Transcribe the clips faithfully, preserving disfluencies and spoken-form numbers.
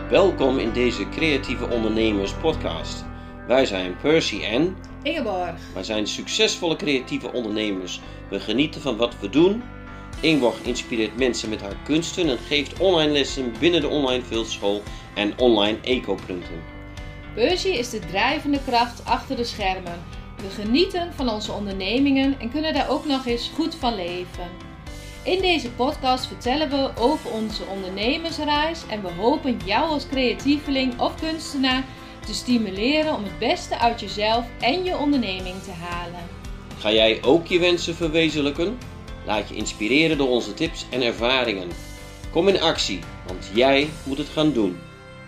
Welkom in deze Creatieve Ondernemers podcast. Wij zijn Percy en Ingeborg. Wij zijn succesvolle creatieve ondernemers. We genieten van wat we doen. Ingeborg inspireert mensen met haar kunsten en geeft online lessen binnen de online fieldschool en online eco-punten. Percy is de drijvende kracht achter de schermen. We genieten van onze ondernemingen en kunnen daar ook nog eens goed van leven. In deze podcast vertellen we over onze ondernemersreis en we hopen jou als creatieveling of kunstenaar te stimuleren om het beste uit jezelf en je onderneming te halen. Ga jij ook je wensen verwezenlijken? Laat je inspireren door onze tips en ervaringen. Kom in actie, want jij moet het gaan doen.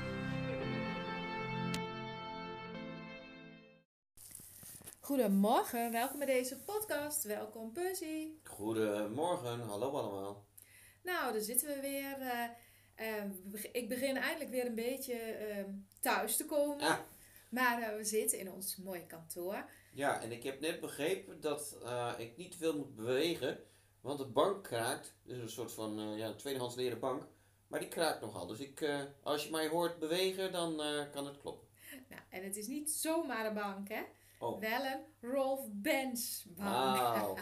Goedemorgen, welkom bij deze podcast. Welkom Percy. Goedemorgen, hallo allemaal. Nou, daar zitten we weer. Uh, uh, ik begin eindelijk weer een beetje uh, thuis te komen. Ah. Maar uh, we zitten in ons mooie kantoor. Ja, en ik heb net begrepen dat uh, ik niet veel moet bewegen, want de bank kraakt. Dus een soort van uh, ja, een tweedehands leren bank. Maar die kraakt nogal. Dus ik, uh, als je mij hoort bewegen, dan uh, kan het kloppen. Nou, en het is niet zomaar een bank, hè? Oh. Wel een Rolf Benz bank. Wauw.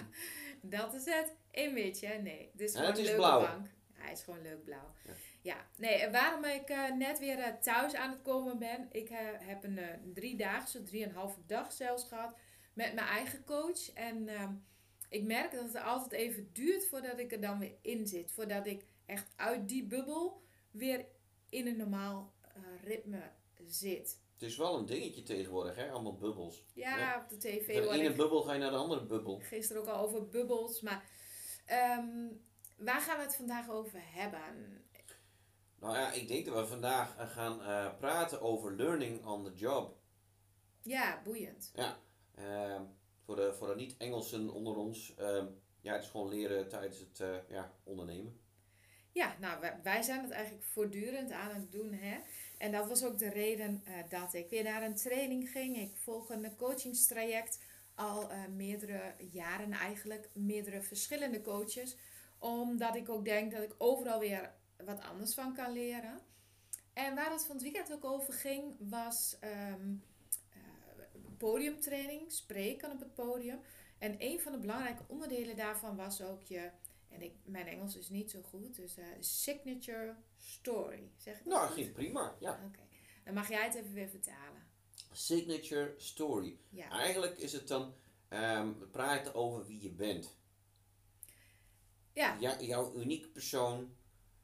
Dat is het image, hè? Nee, het is en gewoon het een is leuke blauw. bank. Hij is gewoon leuk blauw. Ja. Ja, nee, en waarom ik uh, net weer uh, thuis aan het komen ben. Ik uh, heb een uh, driedaagse, drieënhalve dag zelfs gehad met mijn eigen coach. En uh, ik merk dat het altijd even duurt voordat ik er dan weer in zit. Voordat ik echt uit die bubbel weer in een normaal uh, ritme zit. Het is wel een dingetje tegenwoordig, hè? Allemaal bubbels. Ja, ja. op de tv. Van de ene ik... bubbel ga je naar de andere bubbel. Gisteren ook al over bubbels. Maar um, waar gaan we het vandaag over hebben? Nou ja, ik denk dat we vandaag gaan uh, praten over learning on the job. Ja, boeiend. Ja, uh, voor de, voor de niet-Engelsen onder ons. Uh, ja, het is gewoon leren tijdens het uh, ja, ondernemen. Ja, nou, wij, wij zijn het eigenlijk voortdurend aan het doen, hè. En dat was ook de reden uh, dat ik weer naar een training ging. Ik volg een coachingstraject al uh, meerdere jaren eigenlijk. Meerdere verschillende coaches. Omdat ik ook denk dat ik overal weer wat anders van kan leren. En waar het van het weekend ook over ging, was um, uh, podiumtraining. Spreken op het podium. En een van de belangrijke onderdelen daarvan was ook je... En ik, mijn Engels is niet zo goed, dus uh, signature story. Zeg ik dat Nou, goed? ging prima, ja. Oké, okay. Dan mag jij het even weer vertalen. Signature story. Ja. Eigenlijk is het dan um, praten over wie je bent. Ja. ja jouw unieke persoon,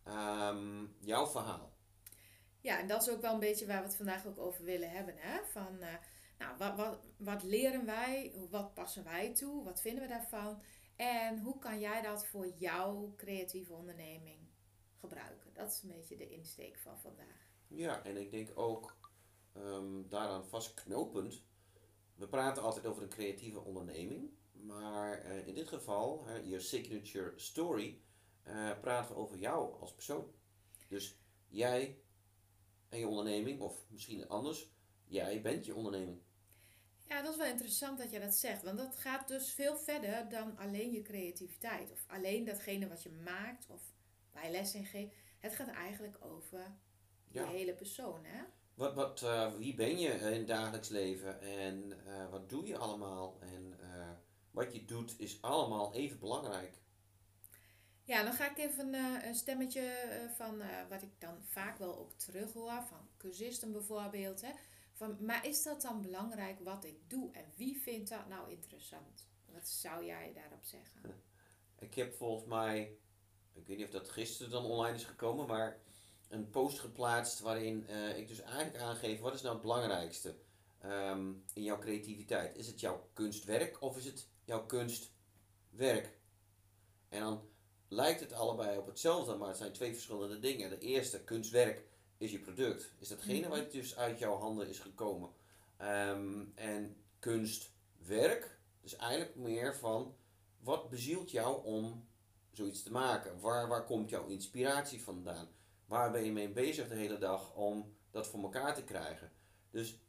um, jouw verhaal. Ja, en dat is ook wel een beetje waar we het vandaag ook over willen hebben. Hè? Van, uh, nou, wat, wat, wat leren wij? Wat passen wij toe? Wat vinden we daarvan? En hoe kan jij dat voor jouw creatieve onderneming gebruiken? Dat is een beetje de insteek van vandaag. Ja, en ik denk ook um, daaraan vastknopend. We praten altijd over een creatieve onderneming. Maar uh, in dit geval, uh, je signature story, uh, praten we over jou als persoon. Dus jij en je onderneming, of misschien anders, jij bent je onderneming. Ja, dat is wel interessant dat je dat zegt. Want dat gaat dus veel verder dan alleen je creativiteit. Of alleen datgene wat je maakt of waar je les in geeft. Het gaat eigenlijk over ja. je hele persoon, hè? Wat, wat, uh, wie ben je in het dagelijks leven en uh, wat doe je allemaal? En uh, wat je doet is allemaal even belangrijk. Ja, dan ga ik even uh, een stemmetje van uh, wat ik dan vaak wel ook terug hoor. Van cursisten bijvoorbeeld, hè. Van, maar is dat dan belangrijk wat ik doe? En wie vindt dat nou interessant? Wat zou jij daarop zeggen? Ik heb volgens mij, ik weet niet of dat gisteren dan online is gekomen, maar een post geplaatst waarin uh, ik dus eigenlijk aangeef, wat is nou het belangrijkste um, in jouw creativiteit? Is het jouw kunstwerk of is het jouw kunstwerk? En dan lijkt het allebei op hetzelfde, maar het zijn twee verschillende dingen. De eerste, kunstwerk, is je product. Is datgene mm-hmm. wat dus uit jouw handen is gekomen. Um, en kunstwerk, dus eigenlijk meer van, wat bezielt jou om zoiets te maken? Waar, waar komt jouw inspiratie vandaan? Waar ben je mee bezig de hele dag om dat voor elkaar te krijgen? Dus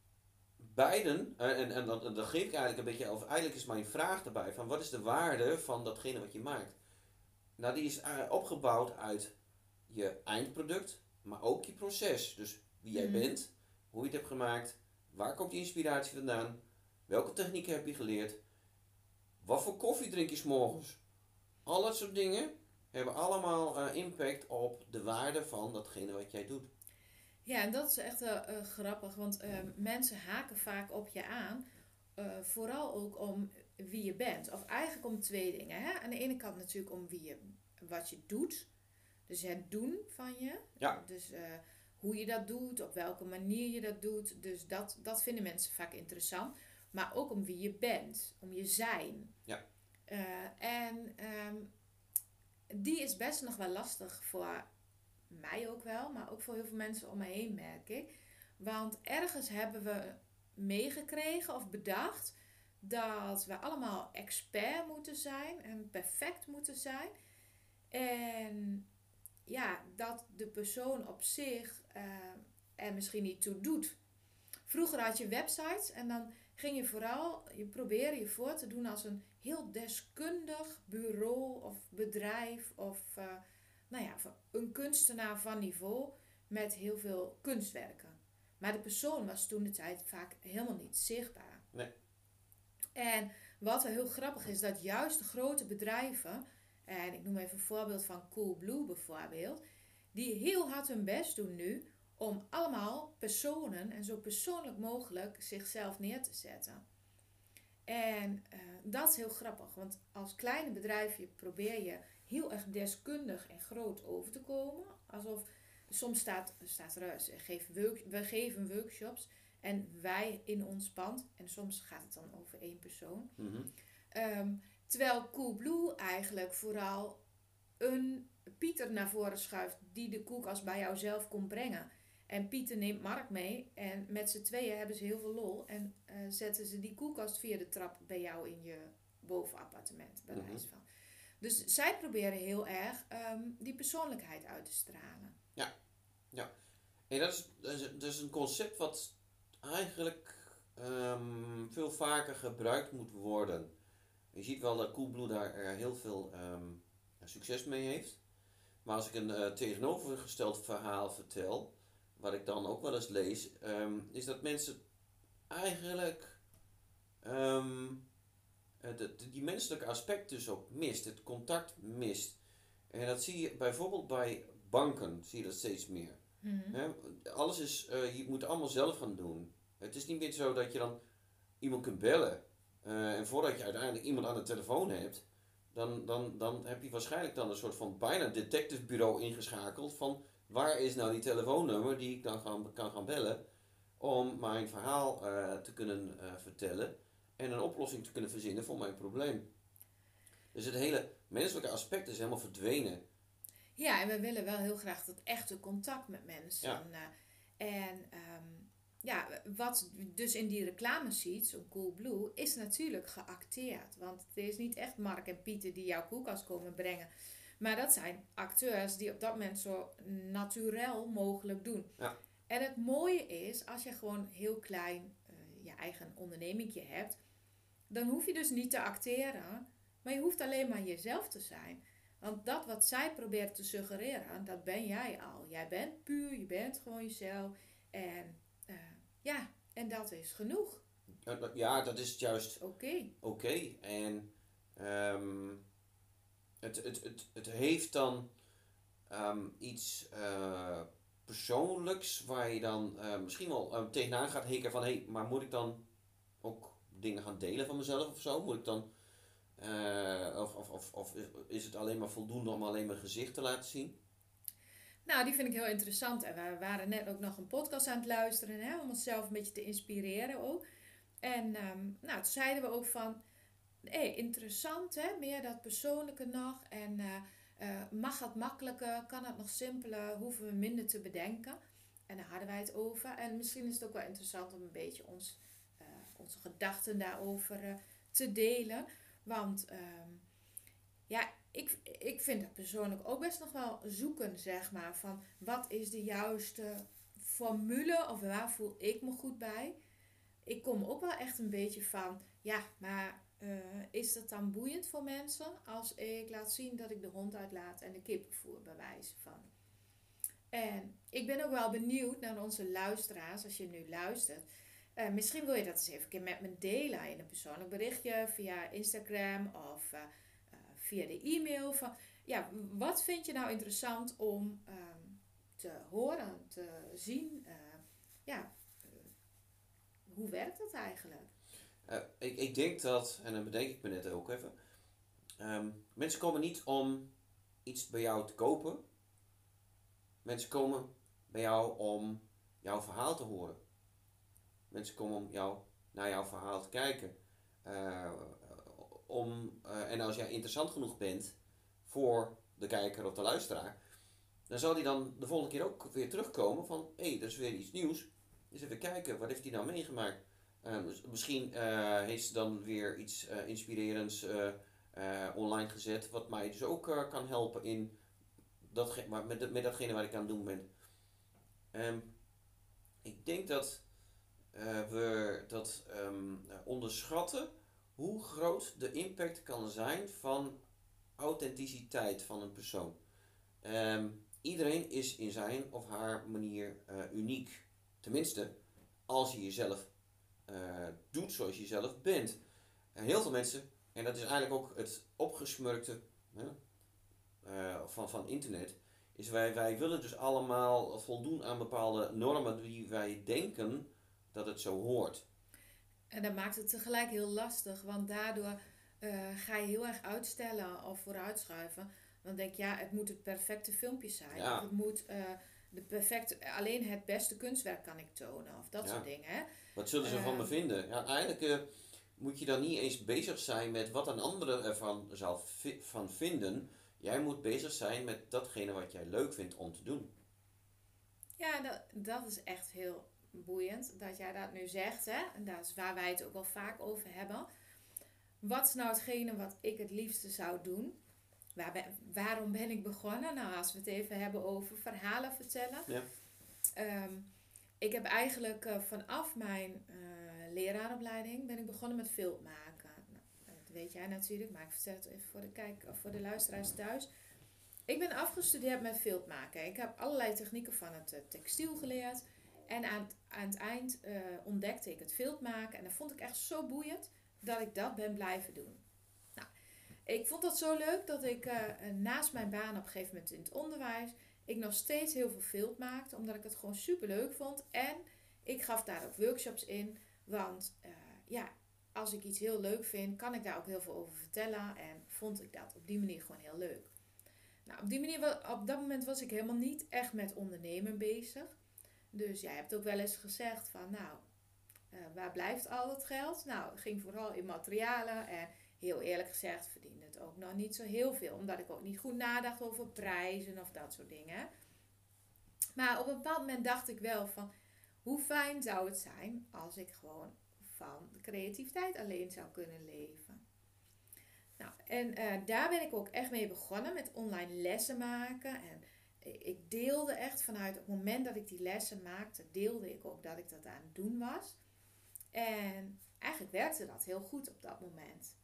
beiden, en, en, en dat, dat geef ik eigenlijk een beetje over, eigenlijk is mijn vraag erbij, van wat is de waarde van datgene wat je maakt? Nou, die is opgebouwd uit je eindproduct, maar ook je proces. Dus wie jij Mhm. bent, hoe je het hebt gemaakt, waar komt die inspiratie vandaan, welke technieken heb je geleerd, wat voor koffie drink je 's morgens. Al dat soort dingen hebben allemaal eh, impact op de waarde van datgene wat jij doet. Ja, en dat is echt eh, eh, grappig, want eh, mensen haken vaak op je aan. eh, vooral ook om wie je bent. Of eigenlijk om twee dingen. Hè? Aan de ene kant natuurlijk om wie je, wat je doet. Dus het doen van je. Ja. Dus eh, hoe je dat doet, op welke manier je dat doet. Dus dat, dat vinden mensen vaak interessant. Maar ook om wie je bent, om je zijn. Ja. Eh, en ehm, die is best nog wel lastig voor mij ook wel, maar ook voor heel veel mensen om me heen, merk ik. Want ergens hebben we meegekregen of bedacht dat we allemaal expert moeten zijn en perfect moeten zijn. En ja, dat de persoon op zich eh, er misschien niet toe doet. Vroeger had je websites en dan ging je vooral, je probeerde je voor te doen als een heel deskundig bureau of bedrijf of uh, nou ja, een kunstenaar van niveau met heel veel kunstwerken. Maar de persoon was toen de tijd vaak helemaal niet zichtbaar. Nee. En wat er heel grappig is, dat juist de grote bedrijven, en ik noem even een voorbeeld van Coolblue bijvoorbeeld, die heel hard hun best doen nu om allemaal personen en zo persoonlijk mogelijk zichzelf neer te zetten. En uh, dat is heel grappig, want als kleine bedrijfje probeer je heel erg deskundig en groot over te komen. Alsof, soms staat, staat er, we geven workshops en wij in ons pand, en soms gaat het dan over één persoon. Mm-hmm. Um, terwijl Coolblue eigenlijk vooral een Pieter naar voren schuift die de koelkast bij jou zelf komt brengen. En Pieter neemt Mark mee en met z'n tweeën hebben ze heel veel lol en uh, zetten ze die koelkast via de trap bij jou in je bovenappartement, bij wijze mm-hmm. van. Dus zij proberen heel erg um, die persoonlijkheid uit te stralen. Ja, ja. En dat is, dat is, dat is een concept wat eigenlijk um, veel vaker gebruikt moet worden. Je ziet wel dat Coolblue daar uh, heel veel um, succes mee heeft. Maar als ik een uh, tegenovergesteld verhaal vertel, wat ik dan ook wel eens lees, um, is dat mensen eigenlijk um, de, die menselijke aspect dus ook mist, het contact mist. En dat zie je bijvoorbeeld bij banken, zie je dat steeds meer. Mm-hmm. He, alles is, uh, je moet het allemaal zelf gaan doen. Het is niet meer zo dat je dan iemand kunt bellen. Uh, en voordat je uiteindelijk iemand aan de telefoon hebt, dan, dan, dan heb je waarschijnlijk dan een soort van bijna detective bureau ingeschakeld van waar is nou die telefoonnummer die ik dan gaan, kan gaan bellen om mijn verhaal uh, te kunnen uh, vertellen en een oplossing te kunnen verzinnen voor mijn probleem. Dus het hele menselijke aspect is helemaal verdwenen. Ja, en we willen wel heel graag dat echte contact met mensen. Ja. En um, ja, wat dus in die reclame ziet, zo'n Coolblue, is natuurlijk geacteerd. Want het is niet echt Mark en Pieter die jouw koelkast komen brengen. Maar dat zijn acteurs die op dat moment zo naturel mogelijk doen. Ja. En het mooie is, als je gewoon heel klein uh, je eigen ondernemingje hebt, dan hoef je dus niet te acteren, maar je hoeft alleen maar jezelf te zijn. Want dat wat zij proberen te suggereren, dat ben jij al. Jij bent puur, je bent gewoon jezelf. En uh, ja, en dat is genoeg. Ja, dat is juist oké. Okay. Oké, okay. En um, het, het, het, het heeft dan um, iets uh, persoonlijks waar je dan uh, misschien wel uh, tegenaan gaat hikken van hé, hey, maar moet ik dan ook dingen gaan delen van mezelf of zo? Moet ik dan Uh, of, of, of, of is het alleen maar voldoende om alleen mijn gezicht te laten zien? Nou, die vind ik heel interessant. En we waren net ook nog een podcast aan het luisteren, hè, om onszelf een beetje te inspireren ook. En um, nou, toen zeiden we ook van, hey, interessant hè, meer dat persoonlijke nog. En uh, uh, mag het makkelijker, kan het nog simpeler, hoeven we minder te bedenken. En daar hadden wij het over. En misschien is het ook wel interessant om een beetje ons, uh, onze gedachten daarover uh, te delen. Want um, ja, ik, ik vind het persoonlijk ook best nog wel zoeken, zeg maar. Van wat is de juiste formule of waar voel ik me goed bij? Ik kom ook wel echt een beetje van, ja, maar uh, is dat dan boeiend voor mensen als ik laat zien dat ik de hond uitlaat en de kippen voer, bij wijze van. En ik ben ook wel benieuwd naar onze luisteraars, als je nu luistert. Uh, misschien wil je dat eens even een keer met me delen in een persoonlijk berichtje via Instagram of uh, uh, via de e-mail. Van, ja, wat vind je nou interessant om um, te horen, te zien? Uh, ja, uh, hoe werkt dat eigenlijk? Uh, ik, ik denk dat, en dan bedenk ik me net ook even, um, mensen komen niet om iets bij jou te kopen. Mensen komen bij jou om jouw verhaal te horen. Mensen komen om jou, naar jouw verhaal te kijken. Uh, om, uh, en als jij interessant genoeg bent voor de kijker of de luisteraar, dan zal die dan de volgende keer ook weer terugkomen van, hé, hey, er is weer iets nieuws. Dus even kijken, wat heeft hij nou meegemaakt? Uh, misschien uh, heeft ze dan weer iets uh, inspirerends uh, uh, online gezet, wat mij dus ook uh, kan helpen in dat, met, met datgene waar ik aan het doen ben. Um, ik denk dat uh, we dat um, onderschatten hoe groot de impact kan zijn van authenticiteit van een persoon. Um, iedereen is in zijn of haar manier uh, uniek. Tenminste, als je jezelf uh, doet zoals je zelf bent. En heel veel mensen, en dat is eigenlijk ook het opgesmurkte hè, uh, van, van internet, is wij, wij willen dus allemaal voldoen aan bepaalde normen die wij denken dat het zo hoort. En dat maakt het tegelijk heel lastig, want daardoor uh, ga je heel erg uitstellen of vooruitschuiven. Dan denk je, ja, het moet het perfecte filmpje zijn. Ja. Of het moet uh, de perfecte, alleen het beste kunstwerk kan ik tonen. Of dat ja. soort dingen. Hè? Wat zullen ze uh, van me vinden? Ja, eigenlijk uh, moet je dan niet eens bezig zijn met wat een andere ervan zal vi- van vinden. Jij moet bezig zijn met datgene wat jij leuk vindt om te doen. Ja, dat, dat is echt heel boeiend dat jij dat nu zegt. Hè? En dat is waar wij het ook wel vaak over hebben. Wat is nou hetgene wat ik het liefste zou doen? Waar ben, waarom ben ik begonnen? Nou, als we het even hebben over verhalen vertellen. Ja. Um, ik heb eigenlijk uh, vanaf mijn uh, leraaropleiding ben ik begonnen met filmmaken. Nou, dat weet jij natuurlijk, maar ik vertel het even voor de, kijk, of voor de luisteraars thuis. Ik ben afgestudeerd met filmmaken. Ik heb allerlei technieken van het uh, textiel geleerd. En aan het, aan het eind uh, ontdekte ik het filmmaken. En dat vond ik echt zo boeiend dat ik dat ben blijven doen. Nou, ik vond dat zo leuk dat ik uh, naast mijn baan op een gegeven moment in het onderwijs, ik nog steeds heel veel film maakte, omdat ik het gewoon super leuk vond. En ik gaf daar ook workshops in, want uh, ja, als ik iets heel leuk vind, kan ik daar ook heel veel over vertellen. En vond ik dat op die manier gewoon heel leuk. Nou, op die manier, op dat moment was ik helemaal niet echt met ondernemen bezig. Dus jij hebt ook wel eens gezegd van, nou, uh, waar blijft al dat geld? Nou, het ging vooral in materialen en heel eerlijk gezegd verdiende het ook nog niet zo heel veel. Omdat ik ook niet goed nadacht over prijzen of dat soort dingen. Maar op een bepaald moment dacht ik wel van, hoe fijn zou het zijn als ik gewoon van de creativiteit alleen zou kunnen leven. Nou, en uh, daar ben ik ook echt mee begonnen met online lessen maken. En ik deelde echt vanuit het moment dat ik die lessen maakte, deelde ik ook dat ik dat aan het doen was. En eigenlijk werkte dat heel goed op dat moment.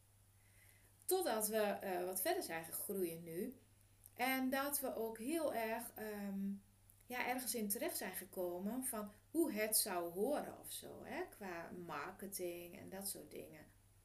Totdat we uh, wat verder zijn gegroeid nu. En dat we ook heel erg um, ja, ergens in terecht zijn gekomen van hoe het zou horen of zo. Hè? Qua marketing en dat soort dingen.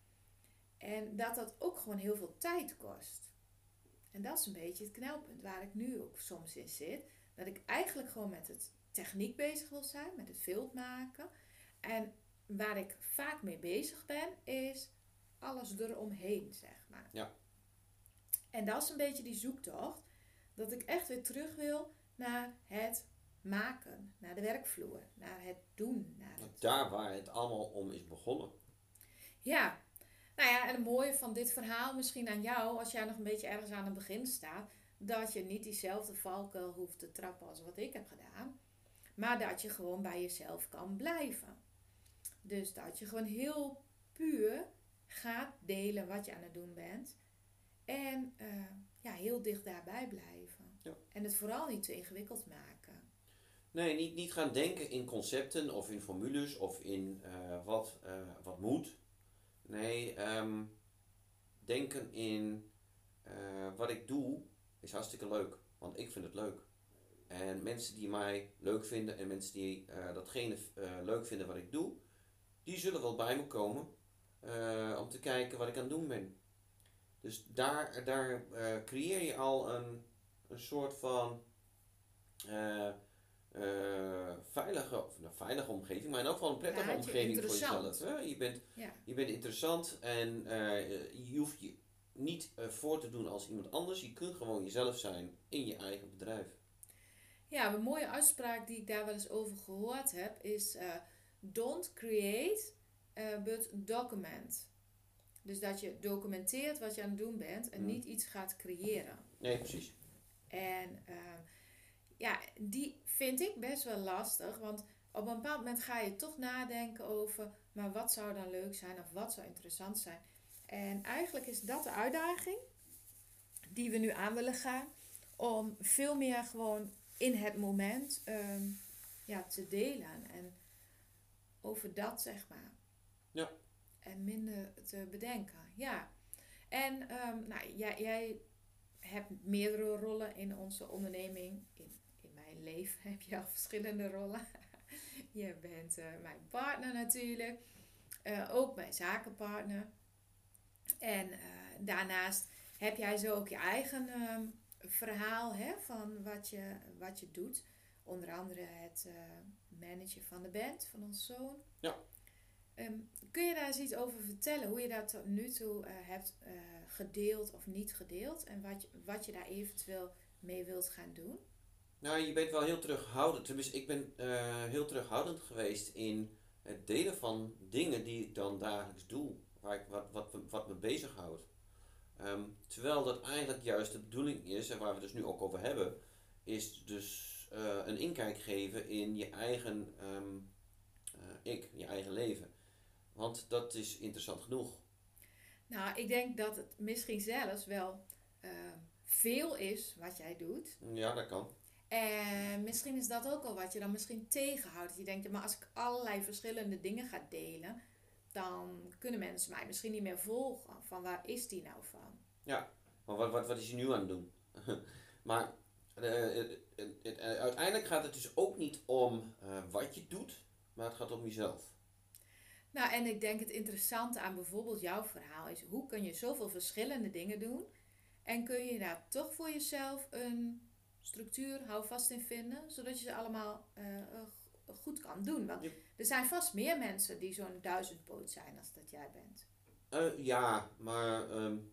En dat dat ook gewoon heel veel tijd kost. En dat is een beetje het knelpunt waar ik nu ook soms in zit. Dat ik eigenlijk gewoon met het techniek bezig wil zijn, met het film maken. En waar ik vaak mee bezig ben, is alles eromheen, zeg maar. Ja. En dat is een beetje die zoektocht. Dat ik echt weer terug wil naar het maken, naar de werkvloer, naar het doen. Naar het... Daar waar het allemaal om is begonnen. Ja. Nou ja, en het mooie van dit verhaal misschien aan jou, als jij nog een beetje ergens aan het begin staat, dat je niet diezelfde valkuil hoeft te trappen als wat ik heb gedaan, maar dat je gewoon bij jezelf kan blijven. Dus dat je gewoon heel puur gaat delen wat je aan het doen bent en uh, ja, heel dicht daarbij blijven. Ja. En het vooral niet te ingewikkeld maken. Nee, niet, niet gaan denken in concepten of in formules of in uh, wat, uh, wat moet. Nee, um, denken in uh, wat ik doe is hartstikke leuk. Want ik vind het leuk. En mensen die mij leuk vinden en mensen die uh, datgene uh, leuk vinden wat ik doe, die zullen wel bij me komen uh, om te kijken wat ik aan het doen ben. Dus daar, daar uh, creëer je al een, een soort van uh, uh, veilige, of, nou, veilige omgeving, maar in elk geval een prettige ja, omgeving voor jezelf. Hè? Je, bent, ja. je bent interessant en uh, je hoeft je niet uh, voor te doen als iemand anders. Je kunt gewoon jezelf zijn in je eigen bedrijf. Ja, een mooie uitspraak die ik daar wel eens over gehoord heb is uh, don't create, uh, but document. Dus dat je documenteert wat je aan het doen bent en hmm. niet iets gaat creëren. Nee, precies. En uh, ja, die vind ik best wel lastig, want op een bepaald moment ga je toch nadenken over, maar wat zou dan leuk zijn of wat zou interessant zijn. En eigenlijk is dat de uitdaging die we nu aan willen gaan, om veel meer gewoon in het moment um, ja, te delen en over dat zeg maar. Ja. En minder te bedenken, ja. En um, nou, jij, jij hebt meerdere rollen in onze onderneming. In, in mijn leven heb je al verschillende rollen. Je bent uh, mijn partner natuurlijk. Uh, ook mijn zakenpartner. En uh, daarnaast heb jij zo ook je eigen um, verhaal hè, van wat je, wat je doet. Onder andere het uh, managen van de band van onze zoon. Ja. Um, kun je daar eens iets over vertellen? Hoe je dat tot nu toe uh, hebt uh, gedeeld of niet gedeeld? En wat je, wat je daar eventueel mee wilt gaan doen? Nou, je bent wel heel terughoudend. Tenminste, ik ben uh, heel terughoudend geweest in het delen van dingen die ik dan dagelijks doe. Waar ik, wat, wat, wat me bezighoudt. Um, terwijl dat eigenlijk juist de bedoeling is, en waar we het dus nu ook over hebben, is dus uh, een inkijk geven in je eigen um, uh, ik, je eigen leven. Want dat is interessant genoeg. Nou, ik denk dat het misschien zelfs wel uh, veel is wat jij doet. Ja, dat kan. En misschien is dat ook al wat je dan misschien tegenhoudt. Dat je denkt, maar als ik allerlei verschillende dingen ga delen, dan kunnen mensen mij misschien niet meer volgen. Van waar is die nou van? Ja, maar wat, wat, wat is je nu aan het doen? maar uh, het, het, het, uiteindelijk gaat het dus ook niet om uh, wat je doet, maar het gaat om jezelf. Nou, en ik denk het interessante aan bijvoorbeeld jouw verhaal is, hoe kun je zoveel verschillende dingen doen en kun je daar toch voor jezelf een structuur, houvast in vinden, zodat je ze allemaal uh, goed kan doen. Want ja. Er zijn vast meer mensen die zo'n duizendpoot zijn als dat jij bent. Uh, ja, maar um,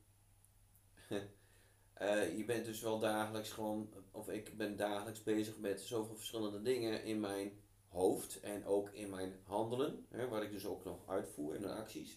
uh, je bent dus wel dagelijks gewoon, of ik ben dagelijks bezig met zoveel verschillende dingen in mijn hoofd en ook in mijn handelen, hè, waar ik dus ook nog uitvoer in mijn acties.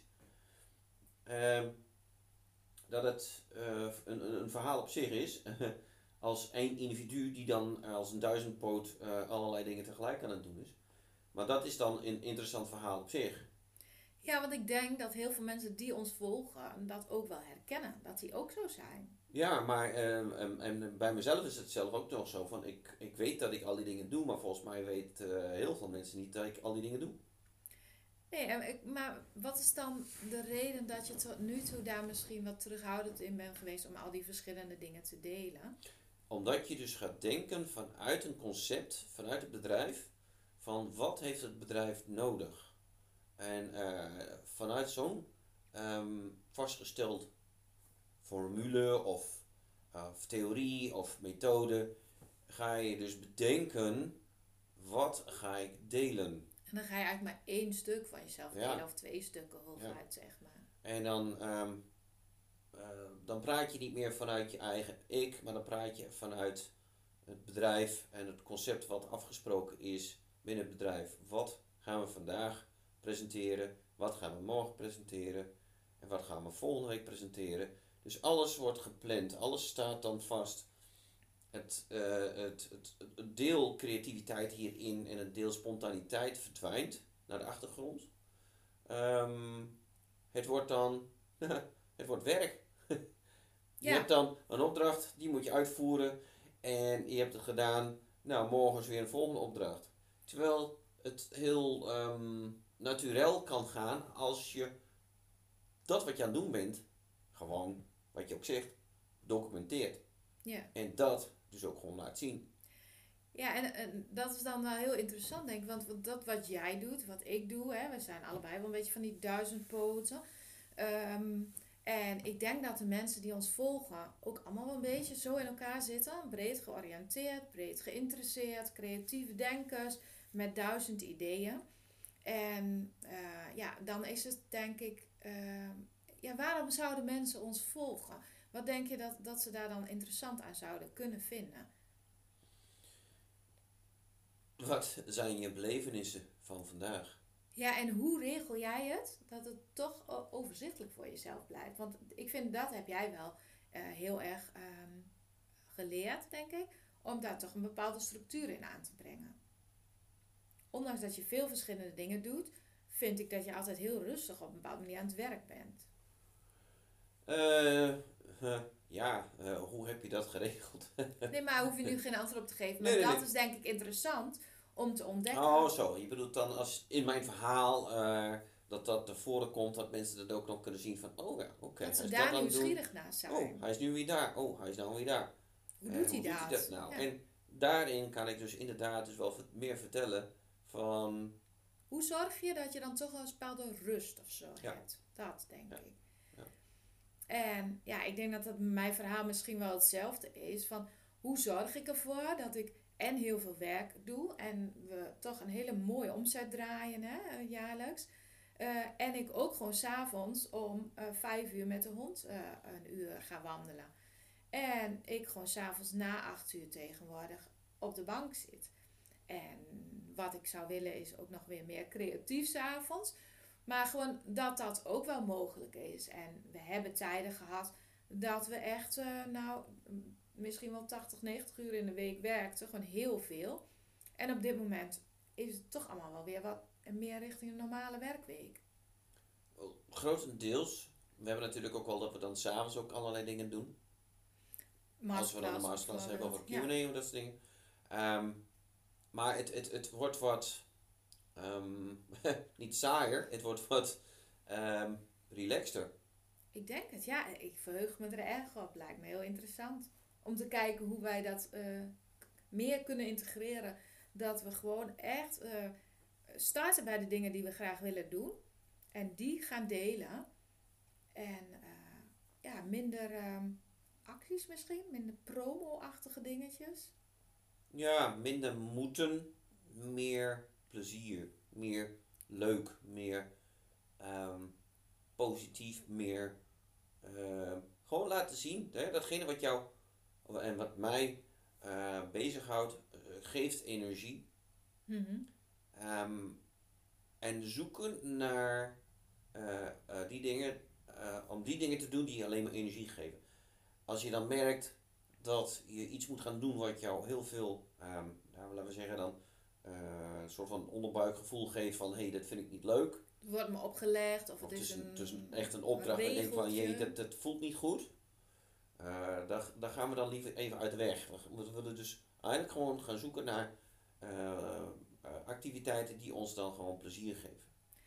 Uh, dat het uh, een, een verhaal op zich is, als één individu die dan als een duizendpoot uh, allerlei dingen tegelijk aan het doen is. Maar dat is dan een interessant verhaal op zich. Ja, want ik denk dat heel veel mensen die ons volgen dat ook wel herkennen, dat die ook zo zijn. Ja, maar uh, en, en bij mezelf is het zelf ook nog zo van, ik, ik weet dat ik al die dingen doe, maar volgens mij weet uh, heel veel mensen niet dat ik al die dingen doe. Nee, maar wat is dan de reden dat je tot nu toe daar misschien wat terughoudend in bent geweest om al die verschillende dingen te delen? Omdat je dus gaat denken vanuit een concept, vanuit het bedrijf, van wat heeft het bedrijf nodig? En uh, vanuit zo'n um, vastgesteld formule of, uh, of theorie of methode ga je dus bedenken, wat ga ik delen? En dan ga je eigenlijk maar één stuk van jezelf delen, ja. of twee stukken hooguit, ja. Zeg maar. En dan, um, uh, dan praat je niet meer vanuit je eigen ik, maar dan praat je vanuit het bedrijf en het concept wat afgesproken is binnen het bedrijf. Wat gaan we vandaag presenteren? Wat gaan we morgen presenteren? En wat gaan we volgende week presenteren? Dus alles wordt gepland, alles staat dan vast. Het, uh, het, het, het deel creativiteit hierin en het deel spontaniteit verdwijnt naar de achtergrond. Um, het wordt dan, het wordt werk. je ja. hebt dan een opdracht, die moet je uitvoeren en je hebt het gedaan. Nou, morgen is weer een volgende opdracht. Terwijl het heel um, naturel kan gaan als je dat wat je aan het doen bent, gewoon, wat je ook zegt, documenteert. Ja. En dat dus ook gewoon laat zien. Ja, en, en dat is dan wel heel interessant, denk ik. Want wat- dat wat jij doet, wat ik doe, hè, we zijn allebei wel een beetje van die duizendpoten. Ehm, en ik denk dat de mensen die ons volgen ook allemaal wel een beetje zo in elkaar zitten. Breed georiënteerd, breed geïnteresseerd, creatieve denkers met duizend ideeën. En eh, ja, dan is het denk ik, ehm, ja, waarom zouden mensen ons volgen? Wat denk je dat, dat ze daar dan interessant aan zouden kunnen vinden? Wat zijn je belevenissen van vandaag? Ja, en hoe regel jij het dat het toch o- overzichtelijk voor jezelf blijft? Want ik vind dat heb jij wel eh, heel erg ehm, geleerd, denk ik, om daar toch een bepaalde structuur in aan te brengen. Ondanks dat je veel verschillende dingen doet, vind ik dat je altijd heel rustig op een bepaalde manier aan het werk bent. Eh, huh, ja, eh, hoe heb je dat geregeld? Nee, maar hoef je nu geen antwoord op te geven. Nee, Maar nee, dat nee. is denk ik interessant om te Oh, ontdekken. zo. Je bedoelt dan als in mijn verhaal eh, dat dat naar voren komt, dat mensen dat ook nog kunnen zien van, oh ja, oké, Dat hij ze is daar dat aan het doen. nieuwsgierig naar Oh, zijn. hij is nu weer daar. Oh, hij is nou weer daar. Hoe Eh, doet hij hoe doet hij dat dat? nou? Ja. En daarin kan ik dus inderdaad dus wel ver- meer vertellen van, Hoe zorg je dat je dan toch wel een bepaalde rust of zo ja, hebt? Dat denk ja, ik. ja. En ja, ik denk dat dat mijn verhaal misschien wel hetzelfde is. Van hoe zorg ik ervoor dat ik en heel veel werk doe. En we toch een hele mooie omzet draaien hè, eh, jaarlijks. Eh, en ik ook gewoon s'avonds om eh, vijf uur met de hond eh, een uur ga wandelen. En ik gewoon s'avonds na acht uur tegenwoordig op de bank zit. En wat ik zou willen is ook nog weer meer creatief 's avonds. Maar gewoon dat dat ook wel mogelijk is. En we hebben tijden gehad dat we echt, eh, nou, m- misschien wel tachtig, negentig uur in de week werkten. Gewoon heel veel. En op dit moment is het toch allemaal wel weer wat meer richting een normale werkweek. Grotendeels. We hebben natuurlijk ook wel dat we dan s'avonds ook allerlei dingen doen. Als we dan een Masterclass masterclass hebben of bijvoorbeeld. een Q Ja. en A of dat soort dingen. Ehm, maar het, het, het wordt wat, ehm, niet saaier, het wordt wat ehm, relaxter. Ik denk het, ja. Ik verheug me er erg op. Lijkt me heel interessant. Om te kijken hoe wij dat eh, meer kunnen integreren. Dat we gewoon echt eh, starten bij de dingen die we graag willen doen. En die gaan delen. En eh, ja, minder ehm, acties misschien. Minder promo-achtige dingetjes. Ja, minder moeten, meer plezier, meer leuk, meer ehm, positief, meer ehm, gewoon laten zien. Hè, datgene wat jou en wat mij eh bezighoudt, eh, geeft energie. Mhm. Ehm, en zoeken naar eh, eh, die dingen, eh, om die dingen te doen die je alleen maar energie geven. Als je dan merkt dat je iets moet gaan doen wat jou heel veel, ehm, nou, laten we zeggen dan, eh, een soort van onderbuikgevoel geeft van hé, hey, dat vind ik niet leuk. Het wordt me opgelegd. Of Of het het is is, een, het is een, een, echt een een opdracht waar je denkt van jee, regeltje. dat, dat voelt niet goed. Eh daar, daar gaan we dan liever even uit de weg. We willen dus eigenlijk gewoon gaan zoeken naar eh, eh, activiteiten die ons dan gewoon plezier geven.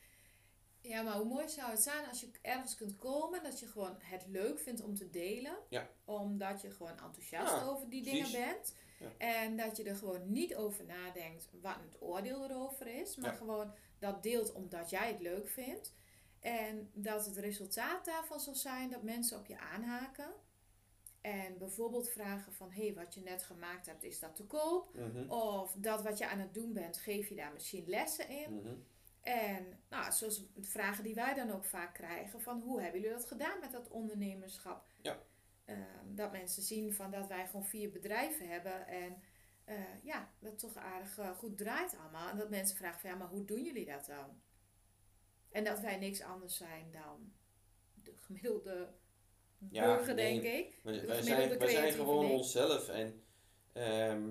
Ja, maar hoe mooi zou het zijn als je ergens kunt komen dat je gewoon het leuk vindt om te delen. Ja. Omdat je gewoon enthousiast Ja, over die precies. dingen bent. Ja. En dat je er gewoon niet over nadenkt wat het oordeel erover is. Maar Ja. gewoon dat deelt omdat jij het leuk vindt. En dat het resultaat daarvan zal zijn dat mensen op je aanhaken. En bijvoorbeeld vragen van, hé, hey, wat je net gemaakt hebt, is dat te koop? Mhm. Of dat wat je aan het doen bent, geef je daar misschien lessen in? Mhm. En nou, zoals de vragen die wij dan ook vaak krijgen, van hoe hebben jullie dat gedaan met dat ondernemerschap? Ja. Ehm, dat mensen zien van dat wij gewoon vier bedrijven hebben en eh, ja, dat toch aardig eh, goed draait allemaal. En dat mensen vragen van ja, maar hoe doen jullie dat dan? En dat wij niks anders zijn dan de gemiddelde Ja, burger, nee, denk ik. Wij, De wij gemiddelde zijn, wij zijn creatieve gewoon Nick. onszelf en ehm,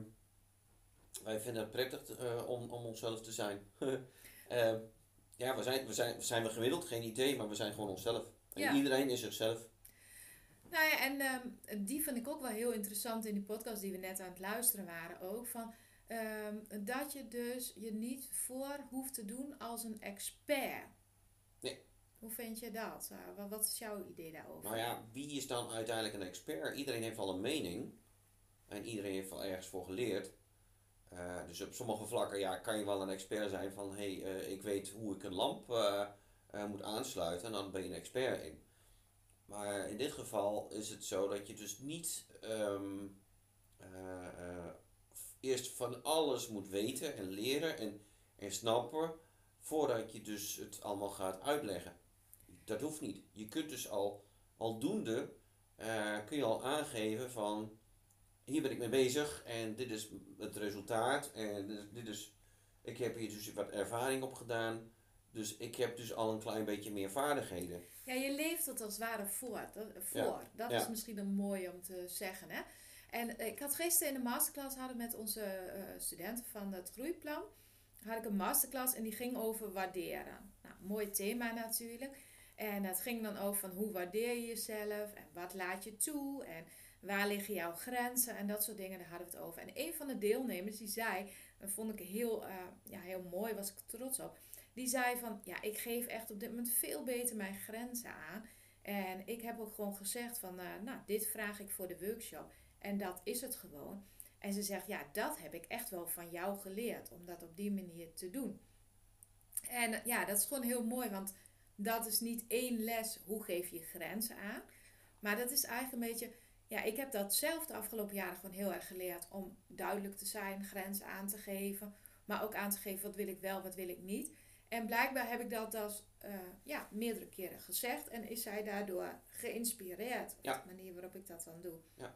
wij vinden het prettig eh, om, om onszelf te zijn. Ehm, ja, we zijn, we zijn, zijn we gemiddeld? Geen idee, maar we zijn gewoon onszelf. En Ja. iedereen is zichzelf. Nou ja, en ehm, die vind ik ook wel heel interessant in die podcast die we net aan het luisteren waren ook. Van, ehm, dat je dus je niet voor hoeft te doen als een expert. Nee. Hoe vind je dat? Uh, wat, wat is jouw idee daarover? Nou ja, wie is dan uiteindelijk een expert? Iedereen heeft al een mening. En iedereen heeft al ergens voor geleerd. Uh, dus op sommige vlakken ja, kan je wel een expert zijn van hé, hey, uh, ik weet hoe ik een lamp uh, uh, moet aansluiten en dan ben je een expert in. Maar in dit geval is het zo dat je dus niet um, uh, uh, eerst van alles moet weten en leren en, en snappen voordat je dus het allemaal gaat uitleggen. Dat hoeft niet. Je kunt dus al, aldoende uh, kun je al aangeven van hier ben ik mee bezig en dit is het resultaat en dit is, dit is ik heb hier dus wat ervaring op gedaan. Dus ik heb dus al een klein beetje meer vaardigheden. Ja, je leeft het als het ware voor. Dat, voor. Ja. dat ja. is misschien een mooi om te zeggen. Hè? En ik had gisteren in de masterclass hadden met onze uh, studenten van het groeiplan. Had ik een masterclass en die ging over waarderen. Nou, mooi thema natuurlijk. En het ging dan over van hoe waardeer je jezelf en wat laat je toe en waar liggen jouw grenzen en dat soort dingen, daar hadden we het over. En een van de deelnemers die zei, dat vond ik heel, uh, ja, heel mooi, was ik trots op. Die zei van, ja, ik geef echt op dit moment veel beter mijn grenzen aan. En ik heb ook gewoon gezegd van, uh, nou, dit vraag ik voor de workshop. En dat is het gewoon. En ze zegt, ja, dat heb ik echt wel van jou geleerd, om dat op die manier te doen. En uh, ja, dat is gewoon heel mooi, want dat is niet één les, hoe geef je grenzen aan. Maar dat is eigenlijk een beetje, ja, ik heb dat zelf de afgelopen jaren gewoon heel erg geleerd om duidelijk te zijn, grenzen aan te geven. Maar ook aan te geven, wat wil ik wel, wat wil ik niet. En blijkbaar heb ik dat als uh, ja, meerdere keren gezegd. En is zij daardoor geïnspireerd op ja. de manier waarop ik dat dan doe. Ja.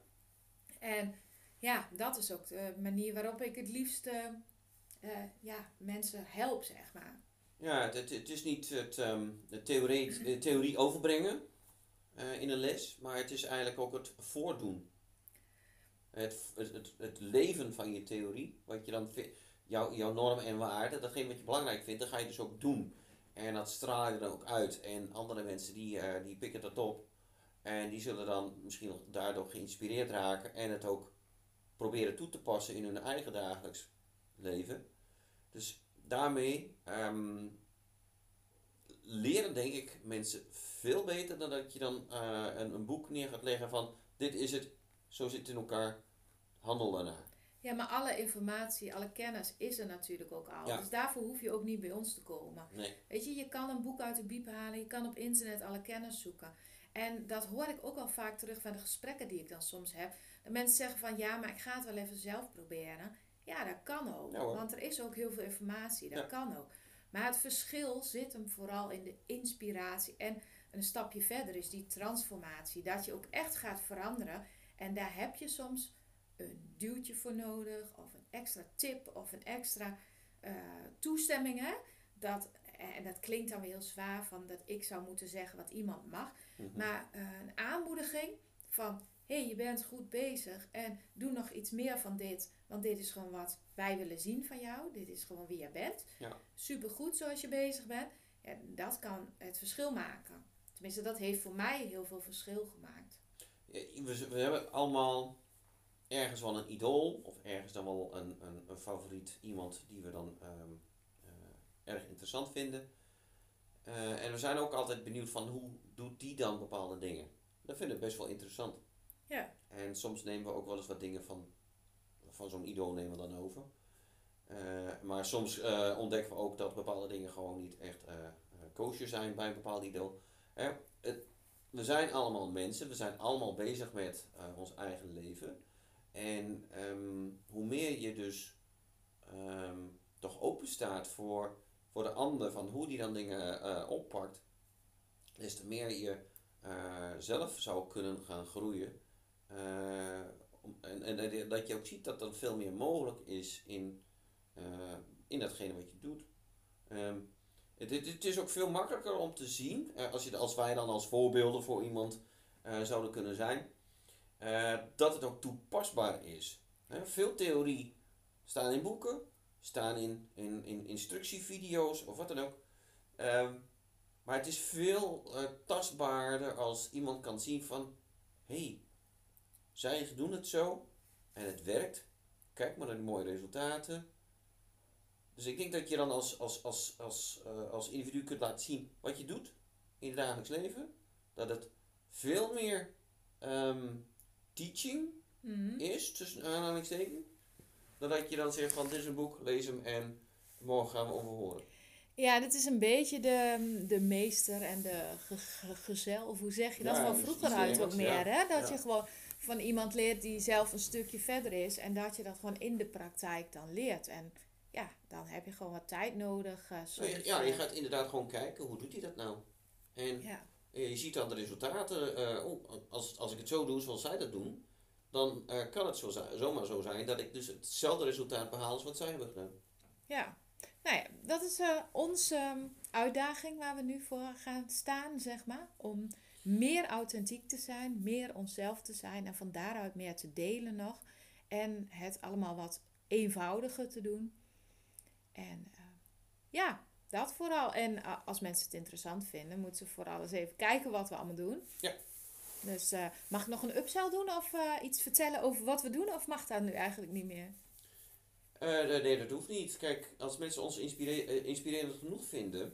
En ja, dat is ook de manier waarop ik het liefst uh, uh, ja, mensen help, zeg maar. Ja, het, het is niet het, um, de, theorie, de theorie overbrengen uh, in een les. Maar het is eigenlijk ook het voordoen. Het, het, het, het leven van je theorie. Wat je dan vindt. Jouw, jouw normen en waarden, datgene wat je belangrijk vindt, dat ga je dus ook doen. En dat straal je dan ook uit. En andere mensen die, uh, die pikken dat op. En die zullen dan misschien daardoor geïnspireerd raken. En het ook proberen toe te passen in hun eigen dagelijks leven. Dus daarmee um, leren denk ik mensen veel beter dan dat je dan uh, een, een boek neer gaat leggen van dit is het, zo zit het in elkaar, handel daarnaar. Ja, maar alle informatie, alle kennis is er natuurlijk ook al. Ja. Dus daarvoor hoef je ook niet bij ons te komen. Nee. Weet je, je kan een boek uit de biep halen, je kan op internet alle kennis zoeken. En dat hoor ik ook al vaak terug van de gesprekken die ik dan soms heb. Dat mensen zeggen van ja, maar ik ga het wel even zelf proberen. Ja, dat kan ook. Ja, want er is ook heel veel informatie, dat ja. kan ook. Maar het verschil zit hem vooral in de inspiratie. En een stapje verder is die transformatie. Dat je ook echt gaat veranderen. En daar heb je soms een duwtje voor nodig, of een extra tip, of een extra uh, toestemming. Hè? Dat, en dat klinkt dan weer heel zwaar, van dat ik zou moeten zeggen wat iemand mag. Mm-hmm. Maar uh, een aanmoediging van, hé, hey, je bent goed bezig en doe nog iets meer van dit. Want dit is gewoon wat wij willen zien van jou. Dit is gewoon wie je bent. Ja. Supergoed zoals je bezig bent. Ja, dat kan het verschil maken. Tenminste, dat heeft voor mij heel veel verschil gemaakt. Ja, we, we hebben allemaal ergens wel een idool of ergens dan wel een, een, een favoriet iemand die we dan um, uh, erg interessant vinden. Uh, en we zijn ook altijd benieuwd van hoe doet die dan bepaalde dingen. Dat vinden we best wel interessant. Ja. En soms nemen we ook wel eens wat dingen van, van zo'n idool nemen we dan over. Uh, maar soms uh, ontdekken we ook dat bepaalde dingen gewoon niet echt uh, kosher zijn bij een bepaald idool. Uh, het, we zijn allemaal mensen, we zijn allemaal bezig met uh, ons eigen leven. En um, hoe meer je dus um, toch open staat voor, voor de ander, van hoe die dan dingen uh, oppakt, des te meer je uh, zelf zou kunnen gaan groeien. Uh, en, en dat je ook ziet dat er veel meer mogelijk is in, uh, in datgene wat je doet. Um, het, het is ook veel makkelijker om te zien, uh, als, je, als wij dan als voorbeelden voor iemand uh, zouden kunnen zijn. Uh, dat het ook toepasbaar is. He, veel theorie staan in boeken, staan in, in, in instructievideo's of wat dan ook. Um, maar het is veel uh, tastbaarder als iemand kan zien van, hé, hey, zij doen het zo en het werkt. Kijk maar naar de mooie resultaten. Dus ik denk dat je dan als, als, als, als, uh, als individu kunt laten zien wat je doet in het dagelijks leven. Dat het veel meer Um, teaching mm-hmm. is, tussen aanhalingstekens. Dan dat je dan zegt van dit is een boek, lees hem en morgen gaan we over horen. Ja, dit is een beetje de, de meester en de ge, ge, gezel, of hoe zeg je dat, Ja, van dus vroeger iets uit ook Engels, meer. ja. Hè? Dat Ja. je gewoon van iemand leert die zelf een stukje verder is en dat je dat gewoon in de praktijk dan leert. En ja, dan heb je gewoon wat tijd nodig. Uh, soms, Ja, je uh, gaat inderdaad gewoon kijken, hoe doet hij dat nou? En ja. je ziet dan de resultaten. Uh, oh, als, als ik het zo doe zoals zij dat doen, dan uh, kan het zo zijn, zomaar zo zijn dat ik dus hetzelfde resultaat behaal als wat zij hebben gedaan. Ja, nou ja, dat is uh, onze um, uitdaging waar we nu voor gaan staan, zeg maar. Om meer authentiek te zijn, meer onszelf te zijn en van daaruit meer te delen nog. En het allemaal wat eenvoudiger te doen. En uh, ja, dat vooral. En uh, als mensen het interessant vinden, moeten ze vooral eens even kijken wat we allemaal doen. Ja. Dus uh, mag ik nog een upsell doen of uh, iets vertellen over wat we doen? Of mag dat nu eigenlijk niet meer? Uh, nee, dat hoeft niet. Kijk, als mensen ons inspire- uh, inspirerend genoeg vinden,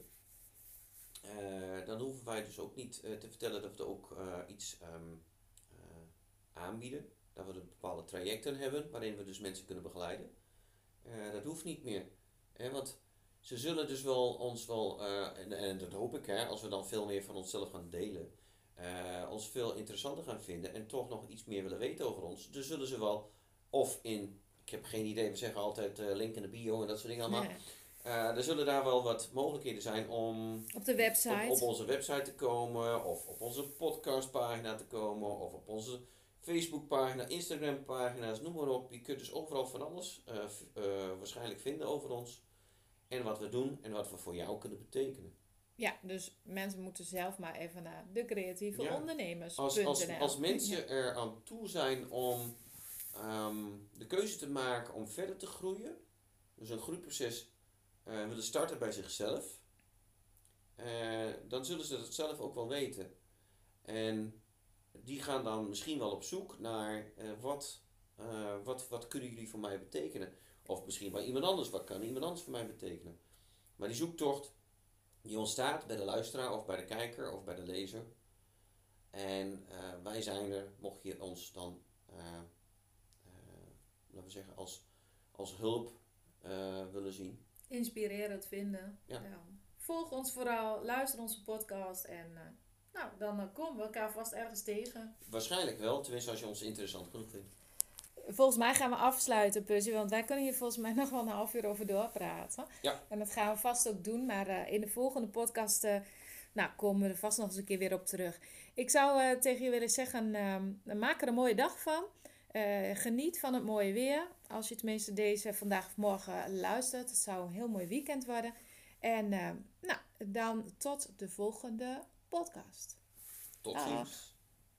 uh, dan hoeven wij dus ook niet uh, te vertellen dat we ook uh, iets um, uh, aanbieden. Dat we bepaalde trajecten hebben waarin we dus mensen kunnen begeleiden. Uh, dat hoeft niet meer. Hè, want ze zullen dus wel ons wel, uh, en, en dat hoop ik, hè, als we dan veel meer van onszelf gaan delen, uh, ons veel interessanter gaan vinden en toch nog iets meer willen weten over ons. Dus zullen ze wel, of in, ik heb geen idee, we zeggen altijd uh, link in de bio en dat soort dingen allemaal. Nee. Uh, er zullen daar wel wat mogelijkheden zijn om op de website, op, op onze website te komen, of op onze podcastpagina te komen, of op onze Facebookpagina, Instagrampagina's, noem maar op. Je kunt dus overal van alles uh, uh, waarschijnlijk vinden over ons. En wat we doen en wat we voor jou kunnen betekenen. Ja, dus mensen moeten zelf maar even naar de creatieve ja. ondernemers. Als, als, als mensen ja. er aan toe zijn om um, de keuze te maken om verder te groeien, dus een groeiproces uh, willen starten bij zichzelf, uh, dan zullen ze dat zelf ook wel weten. En die gaan dan misschien wel op zoek naar uh, wat, uh, wat, wat kunnen jullie voor mij betekenen. Of misschien bij iemand anders, wat kan iemand anders voor mij betekenen. Maar die zoektocht, die ontstaat bij de luisteraar of bij de kijker of bij de lezer. En uh, wij zijn er, mocht je ons dan, uh, uh, laten we zeggen, als, als hulp uh, willen zien. Inspirerend vinden. Ja. Ja. Volg ons vooral, luister onze podcast en uh, nou, dan uh, komen we elkaar vast ergens tegen. Waarschijnlijk wel, tenminste als je ons interessant genoeg vindt. Volgens mij gaan we afsluiten, Pussy, want wij kunnen hier volgens mij nog wel een half uur over doorpraten. Ja. En dat gaan we vast ook doen, maar uh, in de volgende podcast uh, nou, komen we er vast nog eens een keer weer op terug. Ik zou uh, tegen je willen zeggen, uh, maak er een mooie dag van. Uh, geniet van het mooie weer. Als je tenminste deze vandaag of morgen luistert. Het zou een heel mooi weekend worden. En uh, nou, dan tot de volgende podcast. Tot ziens.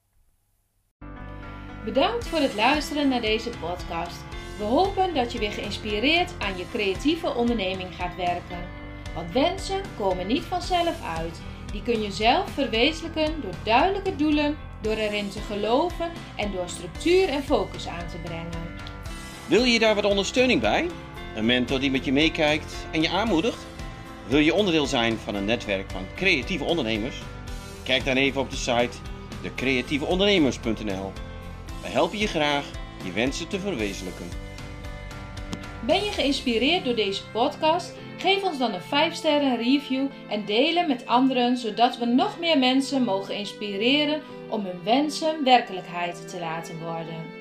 Bedankt voor het luisteren naar deze podcast. We hopen dat je weer geïnspireerd aan je creatieve onderneming gaat werken. Want wensen komen niet vanzelf uit. Die kun je zelf verwezenlijken door duidelijke doelen, door erin te geloven en door structuur en focus aan te brengen. Wil je daar wat ondersteuning bij? Een mentor die met je meekijkt en je aanmoedigt? Wil je onderdeel zijn van een netwerk van creatieve ondernemers? Kijk dan even op de site de creatieve ondernemers punt n l. We helpen je graag je wensen te verwezenlijken. Ben je geïnspireerd door deze podcast? Geef ons dan een vijf sterren review en deel hem met anderen, zodat we nog meer mensen mogen inspireren om hun wensen werkelijkheid te laten worden.